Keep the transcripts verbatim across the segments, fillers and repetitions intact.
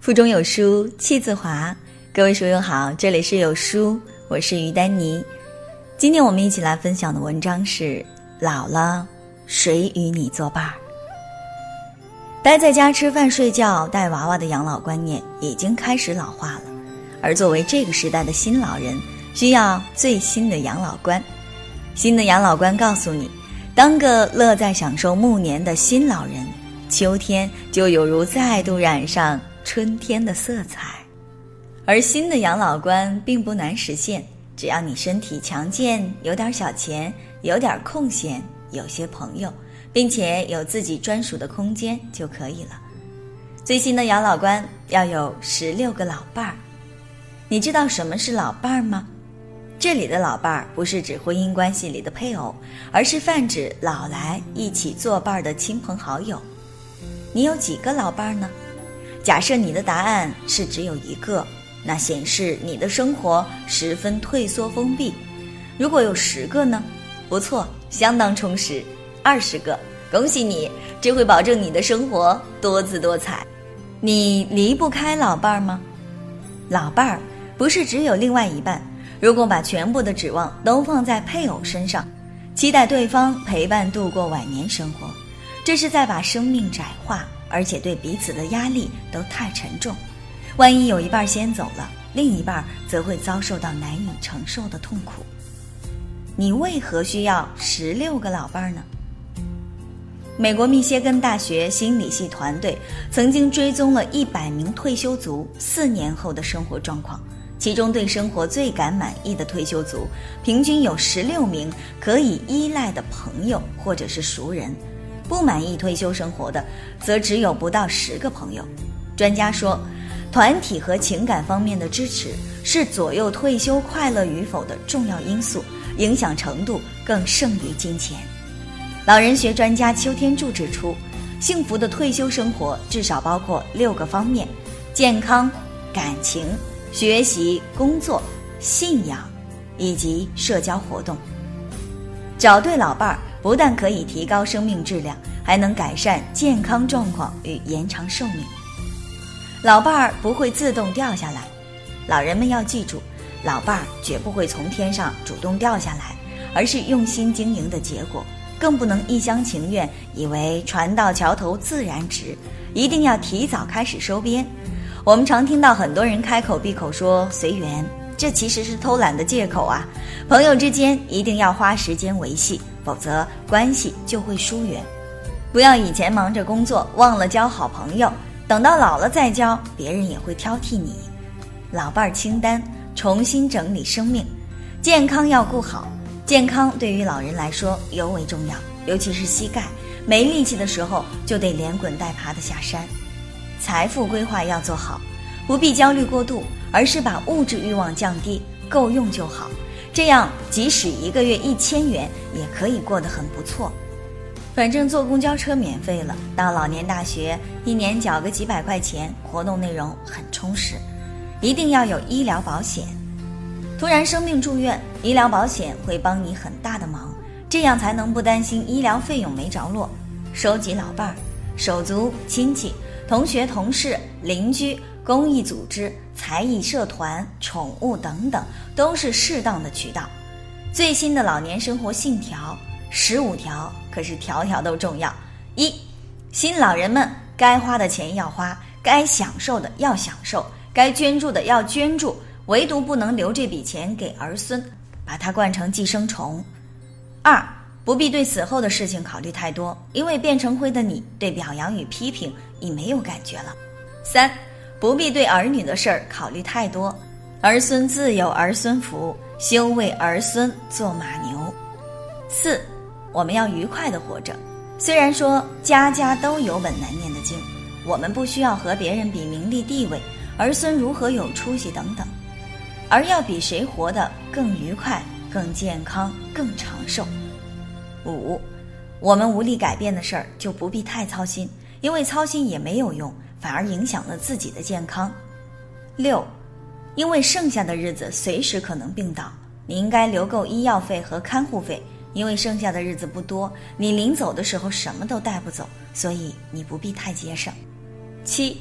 腹中有书气自华，各位书友好，这里是有书，我是于丹妮。今天我们一起来分享的文章是老了谁与你作伴儿。待在家吃饭睡觉带娃娃的养老观念已经开始老化了，而作为这个时代的新老人，需要最新的养老观。新的养老观告诉你，当个乐在享受暮年的新老人，秋天就有如再度染上春天的色彩。而新的养老观并不难实现，只要你身体强健，有点小钱，有点空闲，有些朋友，并且有自己专属的空间就可以了。最新的养老观要有十六个老伴儿。你知道什么是老伴儿吗？这里的老伴儿不是指婚姻关系里的配偶，而是泛指老来一起作伴的亲朋好友。你有几个老伴儿呢？假设你的答案是只有一个，那显示你的生活十分退缩封闭。如果有十个呢？不错，相当充实。二十个，恭喜你，这会保证你的生活多姿多彩。你离不开老伴儿吗？老伴儿不是只有另外一半，如果把全部的指望都放在配偶身上，期待对方陪伴度过晚年生活，这是在把生命窄化，而且对彼此的压力都太沉重。万一有一半先走了，另一半则会遭受到难以承受的痛苦。你为何需要十六个老伴呢？美国密歇根大学心理系团队曾经追踪了一百名退休族四年后的生活状况，其中对生活最感满意的退休族，平均有十六名可以依赖的朋友或者是熟人，不满意退休生活的则只有不到十个朋友。专家说，团体和情感方面的支持是左右退休快乐与否的重要因素，影响程度更胜于金钱。老人学专家邱天柱指出，幸福的退休生活至少包括六个方面：健康、感情、学习、工作、信仰以及社交活动。找对老伴儿不但可以提高生命质量，还能改善健康状况与延长寿命。老伴儿不会自动掉下来，老人们要记住，老伴儿绝不会从天上主动掉下来，而是用心经营的结果，更不能一厢情愿以为船到桥头自然直，一定要提早开始收编。我们常听到很多人开口闭口说随缘，这其实是偷懒的借口啊！朋友之间一定要花时间维系，否则关系就会疏远。不要以前忙着工作忘了交好朋友，等到老了再交，别人也会挑剔你。老伴清单，重新整理生命。健康要顾好，健康对于老人来说尤为重要，尤其是膝盖，没力气的时候就得连滚带爬的下山。财富规划要做好，不必焦虑过度，而是把物质欲望降低，够用就好，这样即使一个月一千元也可以过得很不错。反正坐公交车免费了，到老年大学一年缴个几百块钱，活动内容很充实。一定要有医疗保险，突然生病住院，医疗保险会帮你很大的忙，这样才能不担心医疗费用没着落。收集老伴儿、手足、亲戚、同学、同事、邻居、公益组织、才艺社团、宠物等等，都是适当的渠道。最新的老年生活信条十五条，可是条条都重要。一，新老人们该花的钱要花，该享受的要享受，该捐助的要捐助，唯独不能留这笔钱给儿孙，把它惯成寄生虫。二，不必对死后的事情考虑太多，因为变成灰的你对表扬与批评已没有感觉了。三，不必对儿女的事儿考虑太多，儿孙自有儿孙福，休为儿孙做马牛。四，我们要愉快地活着。虽然说家家都有本难念的经，我们不需要和别人比名利地位，儿孙如何有出息等等，而要比谁活得更愉快、更健康、更长寿。五，我们无力改变的事儿就不必太操心，因为操心也没有用，反而影响了自己的健康。六，因为剩下的日子随时可能病倒，你应该留够医药费和看护费，因为剩下的日子不多，你临走的时候什么都带不走，所以你不必太节省。七，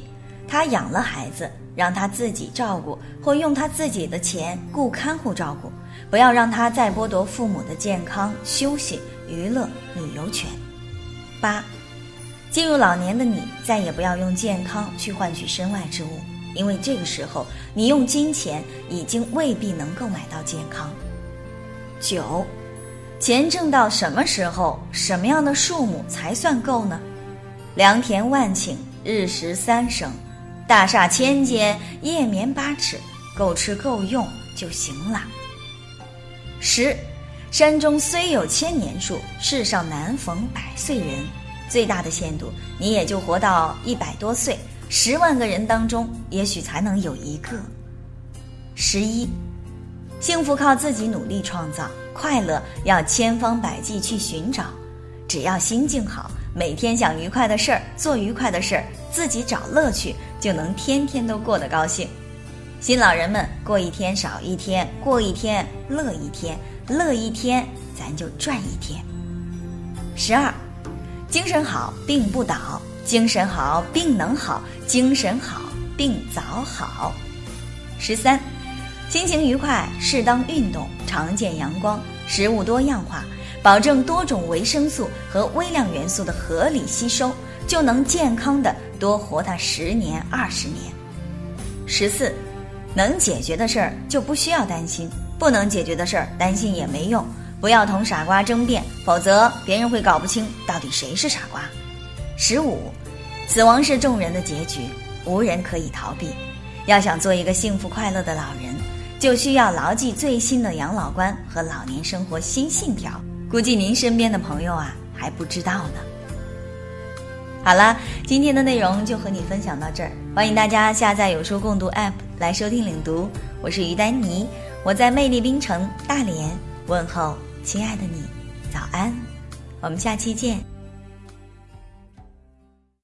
他养了孩子，让他自己照顾，或用他自己的钱雇看护照顾，不要让他再剥夺父母的健康、休息、娱乐、旅游权。八，进入老年的你，再也不要用健康去换取身外之物，因为这个时候你用金钱已经未必能够买到健康。九，钱挣到什么时候，什么样的数目才算够呢？良田万顷，日食三升，大厦千间，夜眠八尺，够吃够用就行了。十，山中虽有千年树，世上难逢百岁人。最大的限度，你也就活到一百多岁，十万个人当中，也许才能有一个。十一，幸福靠自己努力创造，快乐要千方百计去寻找。只要心境好，每天想愉快的事儿，做愉快的事儿，自己找乐趣，就能天天都过得高兴。新老人们，过一天少一天，过一天乐一天，乐一天咱就赚一天。十二，精神好病不倒，精神好病能好，精神好病早好。十三，心情愉快，适当运动，常见阳光，食物多样化，保证多种维生素和微量元素的合理吸收，就能健康的多活它十年二十年。十四，能解决的事儿就不需要担心，不能解决的事儿担心也没用，不要同傻瓜争辩，否则别人会搞不清到底谁是傻瓜。十五，死亡是众人的结局，无人可以逃避。要想做一个幸福快乐的老人，就需要牢记最新的养老观和老年生活新信条，估计您身边的朋友啊还不知道呢。好了，今天的内容就和你分享到这儿，欢迎大家下载有书共读 App 来收听领读。我是于丹妮，我在魅力冰城大连问候亲爱的你，早安，我们下期见。